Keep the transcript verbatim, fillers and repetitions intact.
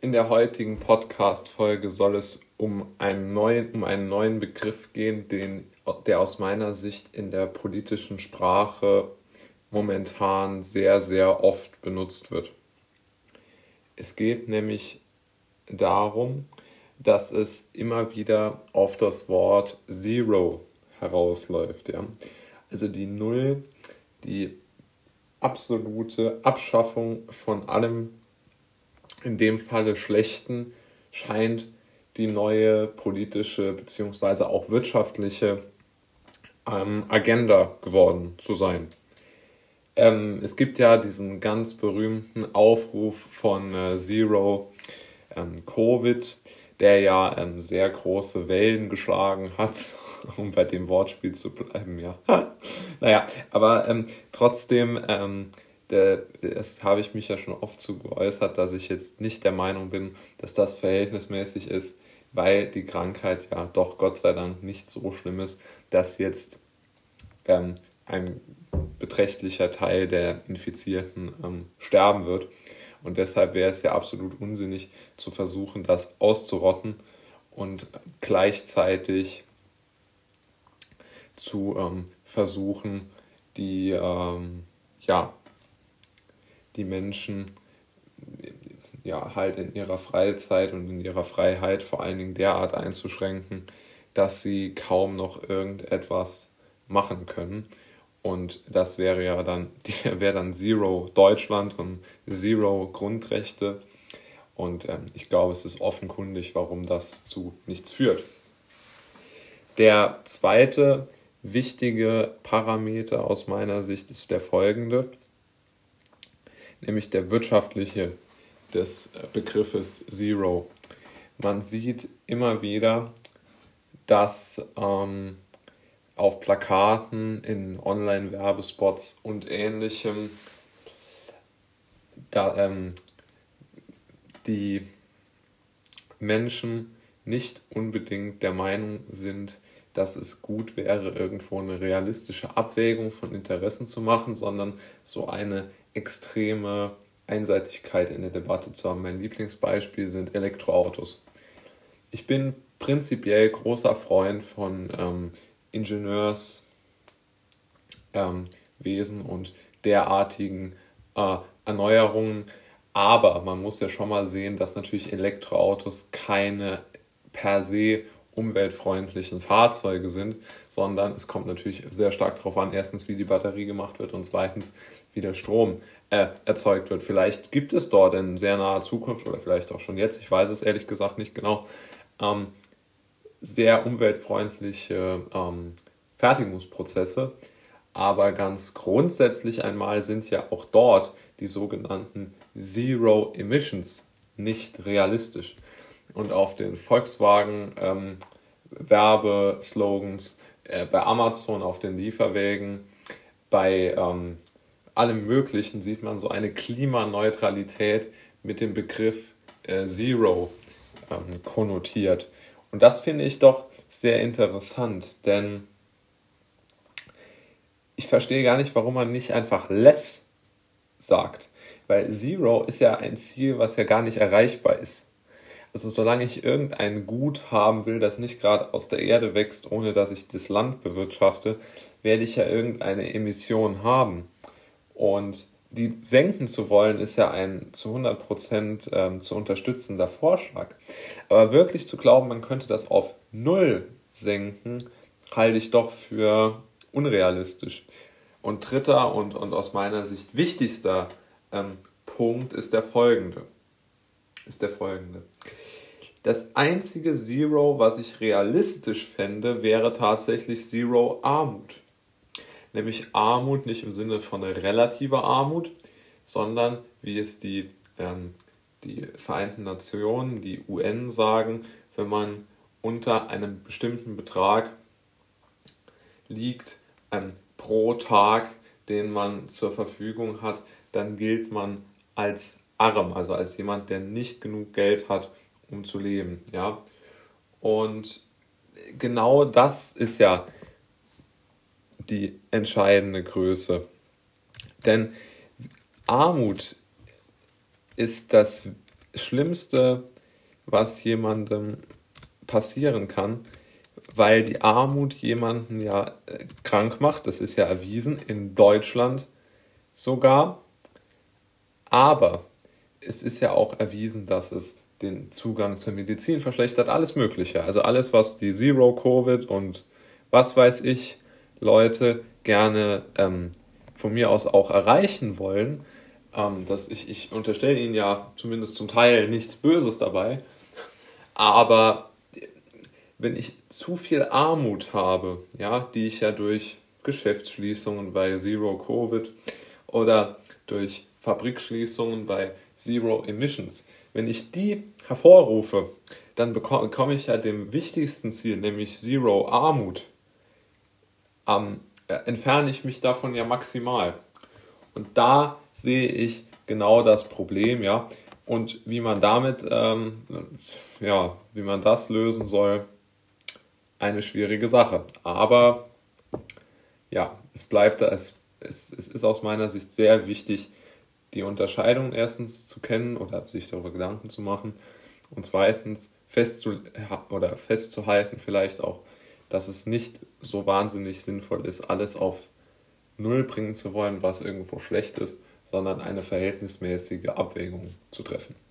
In der heutigen Podcast-Folge soll es um einen neuen, um einen neuen Begriff gehen, den, der aus meiner Sicht in der politischen Sprache momentan sehr, sehr oft benutzt wird. Es geht nämlich darum, dass es immer wieder auf das Wort Zero herausläuft. Ja? Also die Null, die absolute Abschaffung von allem, in dem Falle Schlechten, scheint die neue politische bzw. auch wirtschaftliche ähm, Agenda geworden zu sein. Ähm, es gibt ja diesen ganz berühmten Aufruf von äh, Zero ähm, Covid, der ja ähm, sehr große Wellen geschlagen hat, um bei dem Wortspiel zu bleiben, ja. naja, aber ähm, trotzdem, ähm, der, das habe ich mich ja schon oft zu geäußert, dass ich jetzt nicht der Meinung bin, dass das verhältnismäßig ist, weil die Krankheit ja doch Gott sei Dank nicht so schlimm ist, dass jetzt ähm, ein beträchtlicher Teil der Infizierten ähm, sterben wird. Und deshalb wäre es ja absolut unsinnig zu versuchen, das auszurotten und gleichzeitig zu ähm, versuchen, die, ähm, ja, die Menschen ja, halt in ihrer Freizeit und in ihrer Freiheit vor allen Dingen derart einzuschränken, dass sie kaum noch irgendetwas machen können. Und das wäre ja dann, wäre dann Zero Deutschland und Zero Grundrechte. Und ähm, ich glaube, es ist offenkundig, warum das zu nichts führt. Der zweite wichtige Parameter aus meiner Sicht ist der folgende, nämlich der wirtschaftliche des Begriffes Zero. Man sieht immer wieder, dass ähm, auf Plakaten, in Online-Werbespots und Ähnlichem da, ähm, die Menschen nicht unbedingt der Meinung sind, dass es gut wäre, irgendwo eine realistische Abwägung von Interessen zu machen, sondern so eine extreme Einseitigkeit in der Debatte zu haben. Mein Lieblingsbeispiel sind Elektroautos. Ich bin prinzipiell großer Freund von ähm, Ingenieurswesen ähm, und derartigen äh, Erneuerungen, aber man muss ja schon mal sehen, dass natürlich Elektroautos keine per se umweltfreundlichen Fahrzeuge sind, sondern es kommt natürlich sehr stark darauf an, erstens, wie die Batterie gemacht wird und zweitens, wie der Strom äh, erzeugt wird. Vielleicht gibt es dort in sehr naher Zukunft oder vielleicht auch schon jetzt, ich weiß es ehrlich gesagt nicht genau, ähm, sehr umweltfreundliche ähm, Fertigungsprozesse, aber ganz grundsätzlich einmal sind ja auch dort die sogenannten Zero Emissions nicht realistisch. Und auf den Volkswagen ähm, Werbeslogans, äh, bei Amazon auf den Lieferwegen, bei ähm, allem Möglichen sieht man so eine Klimaneutralität mit dem Begriff äh, Zero ähm, konnotiert. Und das finde ich doch sehr interessant, denn ich verstehe gar nicht, warum man nicht einfach less sagt, weil Zero ist ja ein Ziel, was ja gar nicht erreichbar ist. Also solange ich irgendein Gut haben will, das nicht gerade aus der Erde wächst, ohne dass ich das Land bewirtschafte, werde ich ja irgendeine Emission haben. Und die senken zu wollen, ist ja ein zu hundert Prozent ähm, zu unterstützender Vorschlag. Aber wirklich zu glauben, man könnte das auf Null senken, halte ich doch für unrealistisch. Und dritter und, und aus meiner Sicht wichtigster ähm, Punkt ist der folgende. Ist der folgende. Das einzige Zero, was ich realistisch fände, wäre tatsächlich Zero Armut. Nämlich Armut nicht im Sinne von relativer Armut, sondern wie es die, ähm, die Vereinten Nationen, die U N sagen, wenn man unter einem bestimmten Betrag liegt, ähm, pro Tag, den man zur Verfügung hat, dann gilt man als arm, also als jemand, der nicht genug Geld hat, um zu leben. Ja? Und genau das ist ja die entscheidende Größe. Denn Armut ist das Schlimmste, was jemandem passieren kann, weil die Armut jemanden ja äh, krank macht. Das ist ja erwiesen, in Deutschland sogar. Aber es ist ja auch erwiesen, dass es den Zugang zur Medizin verschlechtert, alles Mögliche. Also alles, was die Zero-Covid und was weiß ich, Leute gerne ähm, von mir aus auch erreichen wollen. Ähm, dass ich, ich unterstelle ihnen ja zumindest zum Teil nichts Böses dabei. Aber wenn ich zu viel Armut habe, ja, die ich ja durch Geschäftsschließungen bei Zero Covid oder durch Fabrikschließungen bei Zero Emissions, wenn ich die hervorrufe, dann bekomme ich ja dem wichtigsten Ziel, nämlich Zero Armut, ähm, entferne ich mich davon ja maximal. Und da sehe ich genau das Problem, ja. Und wie man damit, ähm, ja, wie man das lösen soll, eine schwierige Sache. Aber ja, es bleibt da, es, es, es ist aus meiner Sicht sehr wichtig, die Unterscheidung erstens zu kennen oder sich darüber Gedanken zu machen und zweitens festzu, oder festzuhalten vielleicht auch, dass es nicht so wahnsinnig sinnvoll ist, alles auf Null bringen zu wollen, was irgendwo schlecht ist, sondern eine verhältnismäßige Abwägung zu treffen.